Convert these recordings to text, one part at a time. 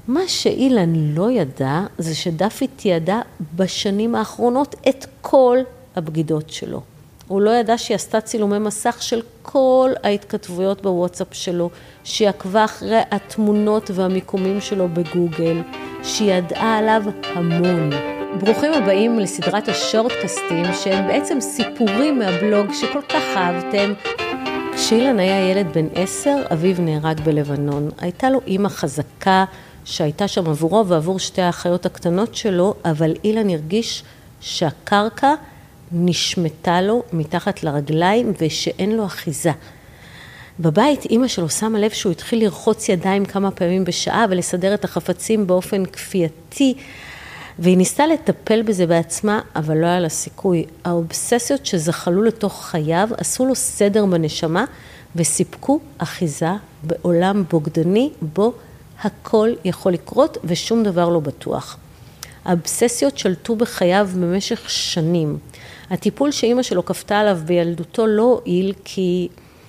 מה שאילן לא ידע, זה שדפי תיעדה בשנים האחרונות את כל הבגידות שלו. הוא לא ידע שהיא עשתה צילומי מסך של כל ההתכתבויות בוואטסאפ שלו, שהיא עקבה אחרי התמונות והמיקומים שלו בגוגל, שהיא ידעה עליו המון. ברוכים הבאים לסדרת השורטקסטים, שהם בעצם סיפורים מהבלוג שכל כך אהבתם. כשאילן היה ילד בן 10, אביו נהרג בלבנון. הייתה לו אמא חזקה שהייתה שם עבורו ועבור שתי האחיות הקטנות שלו, אבל אילן הרגיש שהקרקע נשמטה לו מתחת לרגליים ושאין לו אחיזה. בבית אמא שלו שמה לב שהוא התחיל לרחוץ ידיים כמה פעמים בשעה ולסדר את החפצים באופן כפייתי, והיא ניסתה לטפל בזה בעצמה, אבל לא היה לה סיכוי. האובססיות שזחלו לתוך חייו עשו לו סדר בנשמה וסיפקו אחיזה בעולם בוגדני בו הכל יכול לקרות ושום דבר לא בטוח. האובססיות שלטו בחייו במשך שנים. הטיפול שאמא שלו כפתה עליו בילדותו לא הועיל, כי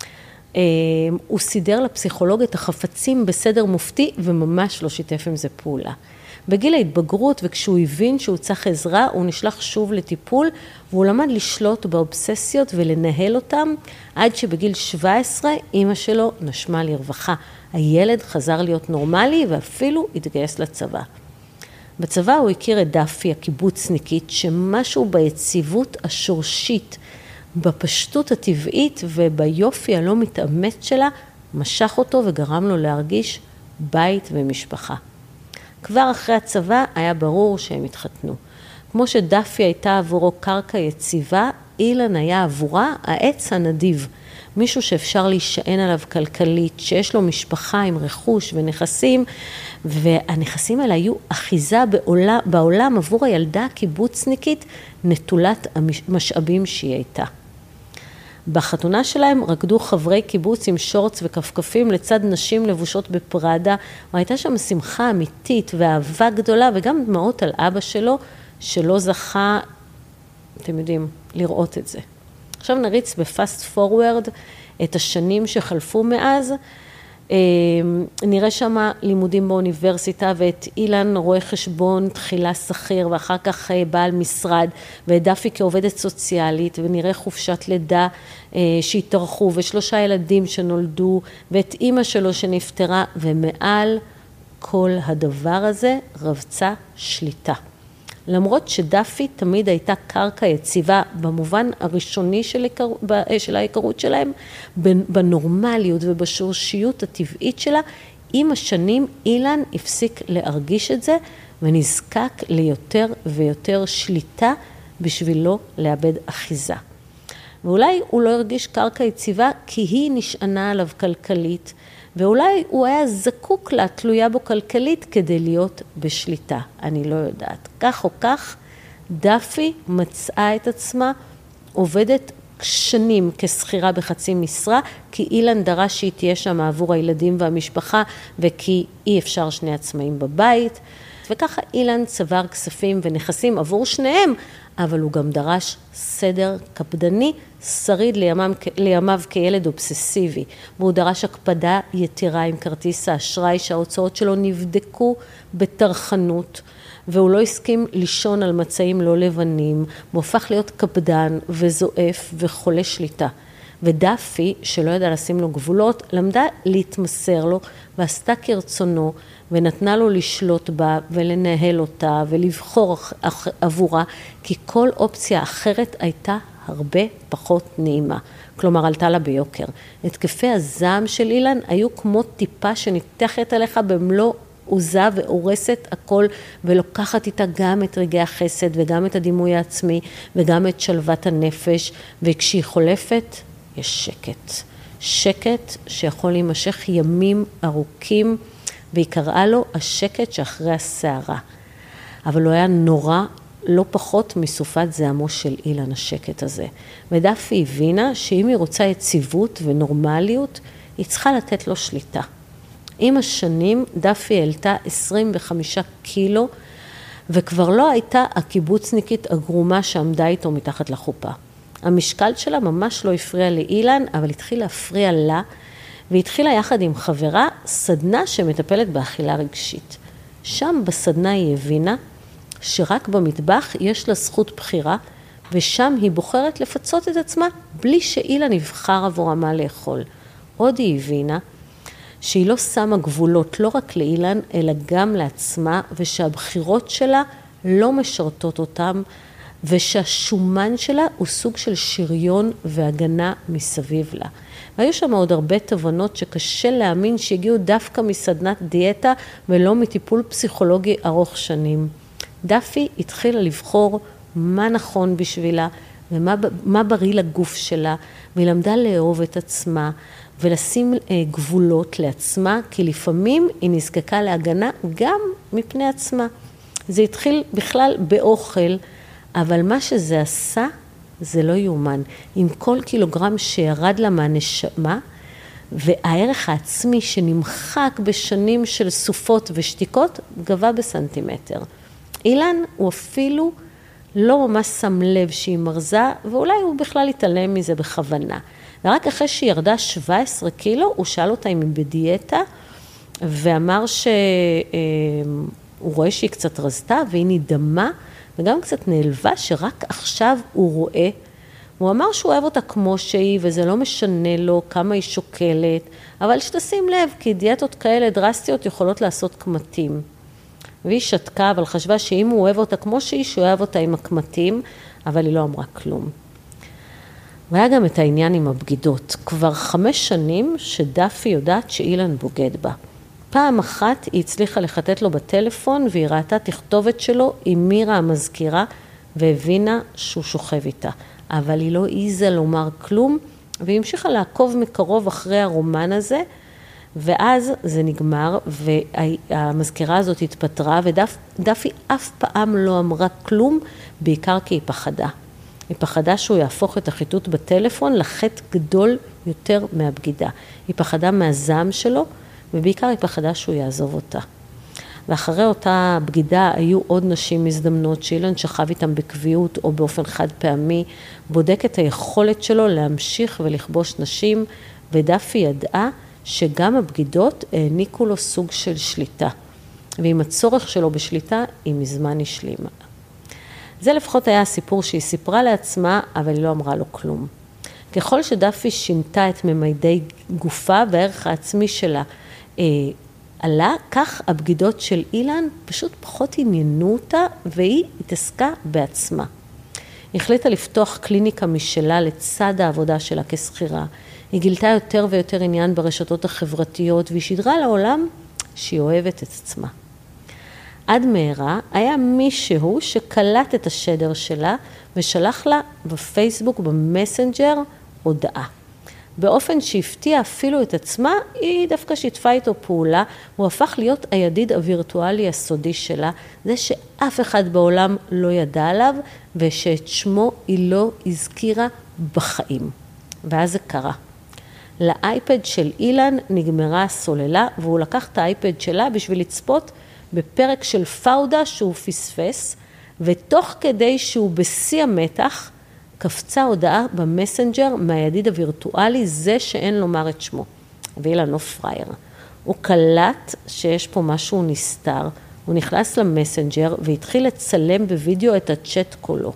הוא סידר לפסיכולוג את החפצים בסדר מופתי וממש לא שיתף עם זה פעולה. בגיל ההתבגרות, וכשהוא הבין שהוא צריך עזרה, הוא נשלח שוב לטיפול, והוא למד לשלוט באובססיות ולנהל אותם, עד שבגיל 17 אמא שלו נשמה לרווחה. הילד חזר להיות נורמלי ואפילו התגייס לצבא. בצבא הוא הכיר את דפי הקיבוצניקית, שמשהו ביציבות השורשית, בפשטות הטבעית וביופי הלא מתאמץ שלה, משך אותו וגרם לו להרגיש בית ומשפחה. כבר אחרי הצבא היה ברור שהם התחתנו. כמו שדפי הייתה עבורו קרקע יציבה, אילן היה עבורה העץ הנדיב. מישהו שאפשר להישען עליו כלכלית, שיש לו משפחה עם רכוש ונכסים, והנכסים האלה היו אחיזה בעולם עבור הילדה הקיבוצניקית נטולת המשאבים שהיא הייתה. בחתונה שלהם רקדו חברי קיבוץ עם שורץ וכפכפים לצד נשים לבושות בפרדה, והייתה שם שמחה אמיתית ואהבה גדולה, וגם דמעות על אבא שלו, שלא זכה, אתם יודעים, לראות את זה. עכשיו נריץ בפאסט פורוורד את השנים שחלפו מאז, נראה שמה לימודים באוניברסיטה, ואת אילן רואה חשבון תחילה שכיר ואחר כך בעל משרד, ואת דפי כעובדת סוציאלית, ונראה חופשת לידה שהתארחו, ושלושה ילדים שנולדו, ואת אמא שלו שנפטרה, ומעל כל הדבר הזה רבצה שליטה. למרות שדפי תמיד הייתה קרקע יציבה במובן הראשוני של ההיכרות שלהם, בנורמליות ובשורשיות הטבעית שלה, עם השנים אילן הפסיק להרגיש את זה, ונזקק ליותר ויותר שליטה בשביל לא לאבד אחיזה. ואולי הוא לא הרגיש קרקע יציבה כי היא נשענה עליו כלכלית, ואולי הוא היה זקוק לה, תלויה בו כלכלית, כדי להיות בשליטה. אני לא יודעת. כך או כך, דפי מצאה את עצמה, עובדת שנים כשכירה בחצי משרה, כי אילן דרש שהיא תהיה שם עבור הילדים והמשפחה, וכי אי אפשר שני עצמאים בבית. וככה אילן צבר כספים ונכסים עבור שניהם, אבל הוא גם דרש סדר קפדני, שריד לימיו כילד אובססיבי, והוא דרש הקפדה יתרה עם כרטיס האשראי, שההוצאות שלו נבדקו בתרחנות, והוא לא הסכים לישון על מצעים לא לבנים, הוא הפך להיות קפדן וזועף וחולה שליטה. ודפי, שלא ידע לשים לו גבולות, למדה להתמסר לו ועשתה כרצונו, ונתנה לו לשלוט בה ולנהל אותה ולבחור עבורה, כי כל אופציה אחרת הייתה הרבה פחות נעימה. כלומר, עלתה לה ביוקר. התקפי הזעם של אילן היו כמו טיפה שניתחת עליך במלוא עוזה והורסת הכל, ולוקחת איתה גם את רגעי החסד וגם את הדימוי העצמי וגם את שלוות הנפש, וכשהיא חולפת יש שקט. שקט שיכול להימשך ימים ארוכים, והיא קראה לו השקט שאחרי הסערה. אבל הוא היה נורא, לא פחות מסופת זעמו של אילן השקט הזה. ודפי הבינה שאם היא רוצה יציבות ונורמליות, היא צריכה לתת לו שליטה. עם השנים דפי העלתה 25 קילו, וכבר לא הייתה הקיבוצניקית הגרומה שעמדה איתו מתחת לחופה. המשקל שלה ממש לא הפריע לאילן, אבל התחיל להפריע לה, והתחילה יחד עם חברה סדנה שמטפלת באכילה רגשית. שם בסדנה היא הבינה שרק במטבח יש לה זכות בחירה, ושם היא בוחרת לפצות את עצמה בלי שאילן יבחר עבורה מה לאכול. עוד היא הבינה שהיא לא שמה גבולות לא רק לאילן, אלא גם לעצמה, ושהבחירות שלה לא משרתות אותם, ושהשומן שלה הוא סוג של שריון והגנה מסביב לה. והיו שם עוד הרבה תובנות שקשה להאמין שהגיעו דווקא מסדנת דיאטה ולא מטיפול פסיכולוגי ארוך שנים. דפי התחילה לבחור מה נכון בשבילה ומה בריא לגוף שלה, והיא למדה לאהוב את עצמה ולשים גבולות לעצמה, כי לפעמים היא נזקקה להגנה גם מפני עצמה. זה התחיל בכלל באוכל, אבל מה שזה עשה זה לא יאומן. עם כל קילוגרם שירד לה מהנשמה, והערך העצמי שנמחק בשנים של סופות ושתיקות, גבה בסנטימטר. אילן הוא אפילו לא ממש שם לב שהיא מרזה, ואולי הוא בכלל התעלם מזה בכוונה. ורק אחרי שהיא ירדה 17 קילו, הוא שאל אותה אם היא בדיאטה, ואמר שהוא רואה שהיא קצת רזתה, והיא נדמה, וגם קצת נעלבה שרק עכשיו הוא רואה. הוא אמר שהוא אוהב אותה כמו שהיא, וזה לא משנה לו כמה היא שוקלת, אבל שתשים לב, כי דיאטות כאלה דרסטיות יכולות לעשות קמטים. והיא שתקה, אבל חשבה שאם הוא אוהב אותה כמו שהיא, שהוא אוהב אותה עם הקמטים, אבל היא לא אמרה כלום. והיה גם את העניין עם הבגידות. כבר 5 שנים שדפי יודעת שאילן בוגד בה. פעם אחת היא הצליחה לחטט לו בטלפון, והיא ראתה תכתובת שלו עם מירה המזכירה, והבינה שהוא שוכב איתה. אבל היא לא העיזה לומר כלום, והיא המשיכה לעקוב מקרוב אחרי הרומן הזה, ואז זה נגמר, והמזכירה הזאת התפטרה, ודפי אף פעם לא אמרה כלום, בעיקר כי היא פחדה. היא פחדה שהוא יהפוך את החיטוט בטלפון לחטא גדול יותר מהבגידה. היא פחדה מהזעם שלו, ובעיקר היא פחדה שהוא יעזוב אותה. ואחרי אותה בגידה היו עוד נשים מזדמנות, שאילן שכב איתם בקביעות או באופן חד פעמי, בודק את היכולת שלו להמשיך ולכבוש נשים, ודפי ידעה שגם הבגידות העניקו לו סוג של שליטה. ועם הצורך שלו בשליטה, היא מזמן השלימה. זה לפחות היה הסיפור שהיא סיפרה לעצמה, אבל היא לא אמרה לו כלום. ככל שדפי שינתה את ממדי גופה והערך העצמי שלה עלה, כך הבגידות של אילן פשוט פחות עניינו אותה, והיא התעסקה בעצמה. היא החליטה לפתוח קליניקה משלה לצד העבודה שלה כשכירה. היא גילתה יותר ויותר עניין ברשתות החברתיות, והיא שידרה לעולם שהיא אוהבת את עצמה. עד מהרה היה מישהו שקלט את השדר שלה, ושלח לה בפייסבוק, במסנג'ר, הודעה. באופן שהפתיע אפילו את עצמה, היא דווקא שיתפה איתו פעולה, הוא הפך להיות הידיד הווירטואלי הסודי שלה, זה שאף אחד בעולם לא ידע עליו, ושאת שמו היא לא הזכירה בחיים. ואז זה קרה. לאייפד של אילן נגמרה הסוללה, והוא לקח את האייפד שלה בשביל לצפות בפרק של פאודה שהוא פספס, ותוך כדי שהוא בשיא המתח, קפצה הודעה במסנג'ר מהידיד הווירטואלי, זה שאין לומר את שמו. ואילן לא פרייר. הוא קלט שיש פה משהו נסתר, הוא נכנס למסנג'ר והתחיל לצלם בווידאו את הצ'אט קולו.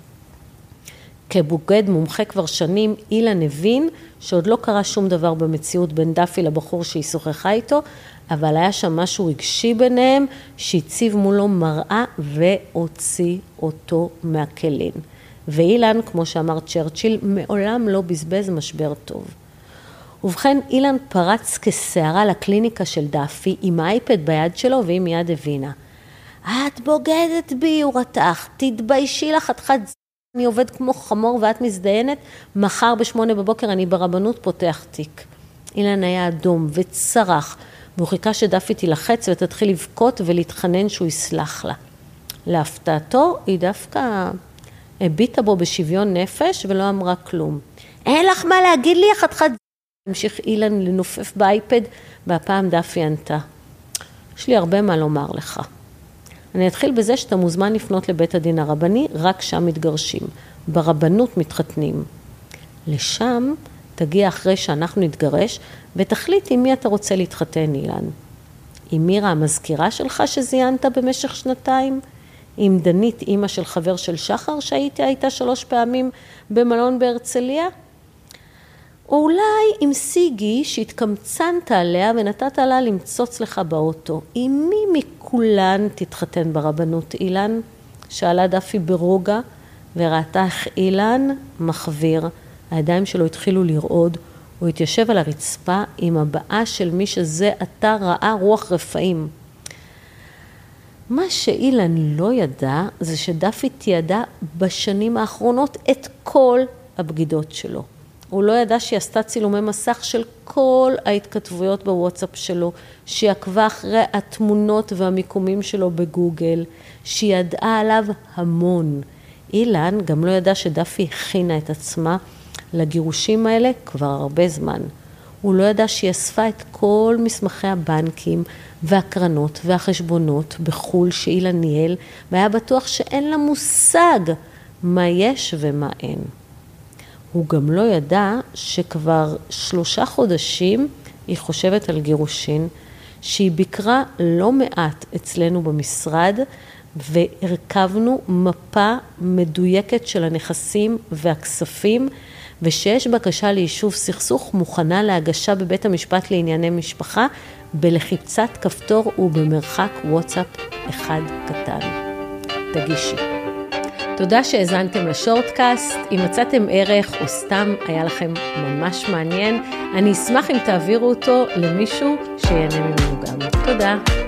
כבוגד מומחה כבר שנים, אילן הבין שעוד לא קרה שום דבר במציאות בין דפי לבחור שהיא שוחחה איתו, אבל היה שם משהו רגשי ביניהם, שהציב מולו מראה והוציא אותו מהכלים. ואילן, כמו שאמר צ'רצ'יל, מעולם לא בזבז משבר טוב. ובכן, אילן פרץ כסערה לקליניקה של דפי, עם האייפד ביד שלו, והיא מיד הבינה. את בוגדת בי, הוא רתח, תתביישי לך, אני עובד כמו חמור ואת מזדיינת, מחר ב8 בבוקר אני ברבנות פותח תיק. אילן היה אדום וצרח, והוא חיכה שדפי תלחץ ותתחיל לבכות ולהתחנן שהוא יסלח לה. להפתעתו, היא דווקא הביטה בו בשוויון נפש ולא אמרה כלום. אין לך מה להגיד לי, חתיכת המשיך אילן לנופף באייפד, והפעם דפי ענתה. יש לי הרבה מה לומר לך. אני אתחיל בזה שאתה מוזמן לפנות לבית הדין הרבני, רק שם מתגרשים. ברבנות מתחתנים. לשם תגיע אחרי שאנחנו נתגרש, ותחליט עם מי אתה רוצה להתחתן, אילן. עם מירה המזכירה שלך שזיינת במשך 2 עם דנית, אמא של חבר של שחר שהייתה איתה 3 פעמים במלון בהרצליה? או אולי עם סיגי שהתקמצנת עליה ונתת לה למצוץ לך באוטו. עם מי מכולן תתחתן ברבנות, אילן? שאלה דפי ברוגע וראתה איך אילן מחביר. הידיים שלו התחילו לרעוד. הוא התיישב על הרצפה עם הבעה של מי שזה עתה ראה רוח רפאים. מה שאילן לא ידע זה שדפי תיעדה בשנים האחרונות את כל הבגידות שלו. הוא לא ידע שהיא עשתה צילומי מסך של כל ההתכתבויות בוואטסאפ שלו, שהיא עקבה אחרי התמונות והמיקומים שלו בגוגל, שהיא ידעה עליו המון. אילן גם לא ידע שדפי הכינה את עצמה לגירושים האלה כבר הרבה זמן. הוא לא ידע שהיא אספה את כל מסמכי הבנקים והקרנות והחשבונות בחול שאילן ניהל, והיה בטוח שאין לה מושג מה יש ומה אין. הוא גם לא ידע שכבר 3 חודשים היא חושבת על גירושין, שהיא ביקרה לא מעט אצלנו במשרד, והרכבנו מפה מדויקת של הנכסים והכספים, ושיש בקשה ליישוב סכסוך מוכנה להגשה בבית המשפט לענייני משפחה, בלחיצת כפתור ובמרחק וואטסאפ אחד קטן. תגישי. תודה שהזנתם לשורטקאסט. אם מצאתם ערך או סתם היה לכם ממש מעניין, אני אשמח אם תעבירו אותו למישהו שיהנה ממנו גם. תודה.